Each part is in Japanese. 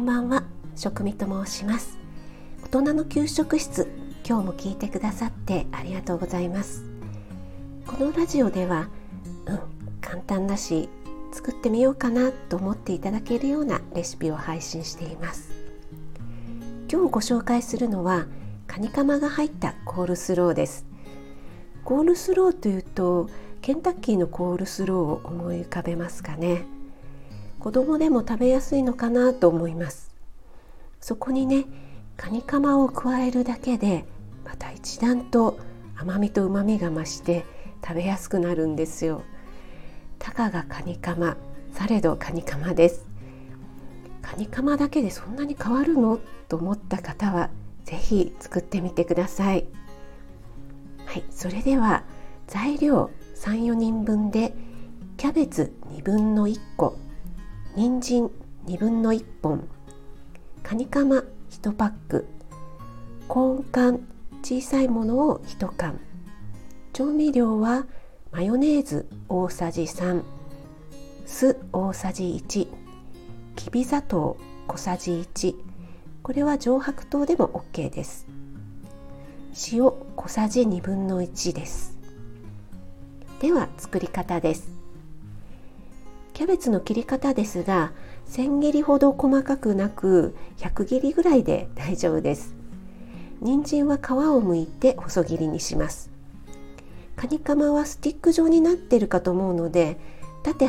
んばんは、食味と申します。大人の給食室、今日も聞いてくださってありがとうございます。このラジオでは、簡単だし作ってみようかなと思っていただけるようなレシピを配信しています。今日ご紹介するのはカニカマが入ったコールスローです。コールスローというとケンタッキーのコールスローを思い浮かべますかね。子供でも食べやすいのかなと思います。そこにね、カニカマを加えるだけでまた一段と甘みと旨みが増して食べやすくなるんですよ。たかがカニカマ、されどカニカマです。カニカマだけでそんなに変わるのと思った方はぜひ作ってみてください。はい、それでは材料 3,4 人分でキャベツ1/2個、人参1/2本、カニカマ1パック、コーン缶小さいものを1缶、調味料はマヨネーズ大さじ3、酢大さじ1、きび砂糖小さじ1、これは上白糖でも OK です。塩小さじ1/2です。では作り方です。キャベツの切り方ですが、千切りほど細かくなく100切りぐらいで大丈夫です。人参は皮を剥いて細切りにします。カニカマはスティック状になっているかと思うので、縦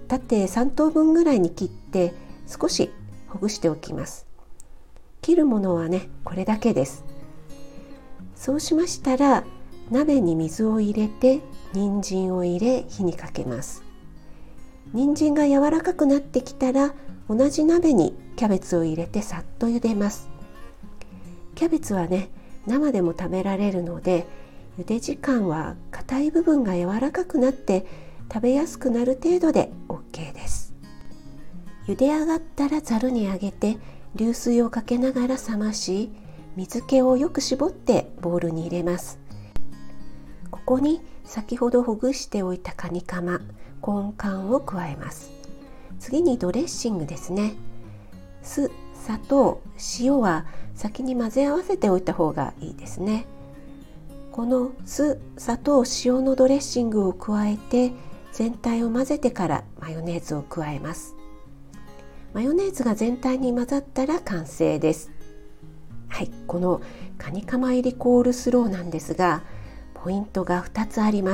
3等分ぐらいに切って少しほぐしておきます。切るものはね、これだけです。そうしましたら、鍋に水を入れて人参を入れ火にかけます。人参が柔らかくなってきたら、同じ鍋にキャベツを入れてさっと茹でます。キャベツはね、生でも食べられるので、茹で時間は硬い部分が柔らかくなって食べやすくなる程度で OK です。茹で上がったらざるにあげて流水をかけながら冷まし、水気をよく絞ってボウルに入れます。ここに先ほどほぐしておいたカニカマ、コーン缶を加えます。次にドレッシングですね。酢、砂糖、塩は先に混ぜ合わせておいた方がいいですね。この酢、砂糖、塩のドレッシングを加えて全体を混ぜてからマヨネーズを加えます。マヨネーズが全体に混ざったら完成です。はい、このカニカマ入りコールスローなんですが、ポイントが2つあります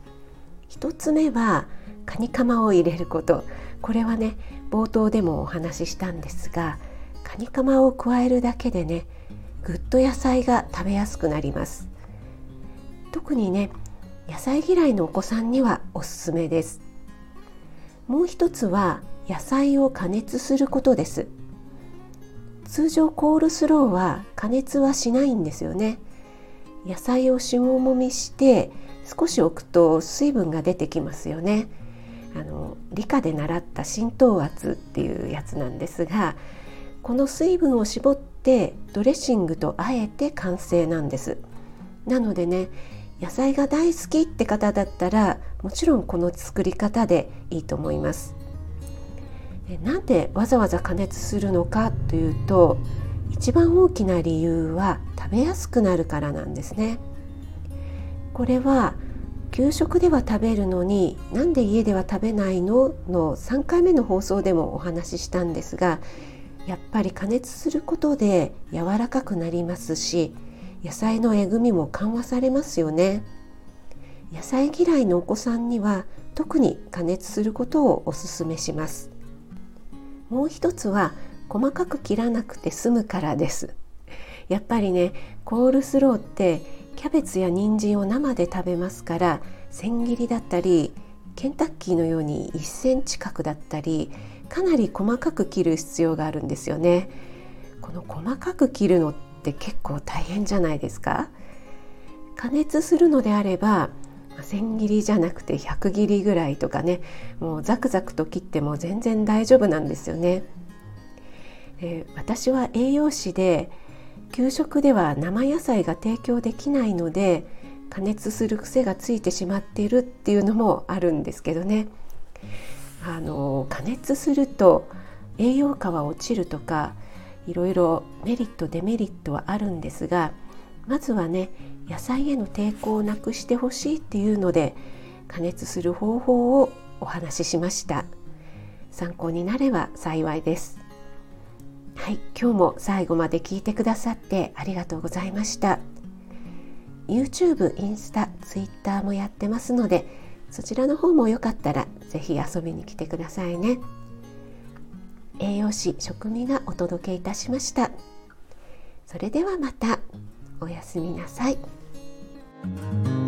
。1つ目はカニカマを入れること。これはね、冒頭でもお話ししたんですが、カニカマを加えるだけでね、ぐっと野菜が食べやすくなります。特にね、野菜嫌いのお子さんにはおすすめです。もう一つは野菜を加熱することです。通常コールスローは加熱はしないんですよね。野菜を塩もみして少し置くと水分が出てきますよね。理科で習った浸透圧っていうやつなんですが、この水分を絞ってドレッシングと和えて完成なんです。なのでね、野菜が大好きって方だったらもちろんこの作り方でいいと思います。なんでわざわざ加熱するのかというと、一番大きな理由は食べやすくなるからなんですね。これは給食では食べるのになんで家では食べないのの3回目の放送でもお話ししたんですが、やっぱり加熱することで柔らかくなりますし、野菜のえぐみも緩和されますよね。野菜嫌いのお子さんには特に加熱することをお勧めします。もう一つは細かく切らなくて済むからです。やっぱりね、コールスローってキャベツや人参を生で食べますから、千切りだったりケンタッキーのように1センチ角だったり、かなり細かく切る必要があるんですよね。この細かく切るのって結構大変じゃないですか。加熱するのであれば千切りじゃなくて100切りぐらいとかね、もうザクザクと切っても全然大丈夫なんですよね。私は栄養士で給食では生野菜が提供できないので、加熱する癖がついてしまっているっていうのもあるんですけどね。加熱すると栄養価は落ちるとかいろいろメリットデメリットはあるんですが、まずはね野菜への抵抗をなくしてほしいっていうので加熱する方法をお話ししました。参考になれば幸いです。はい、今日も最後まで聞いてくださってありがとうございました。 YouTube、インスタ、Twitter もやってますので、そちらの方もよかったらぜひ遊びに来てくださいね。栄養士食味がお届けいたしました。それではまた。おやすみなさい。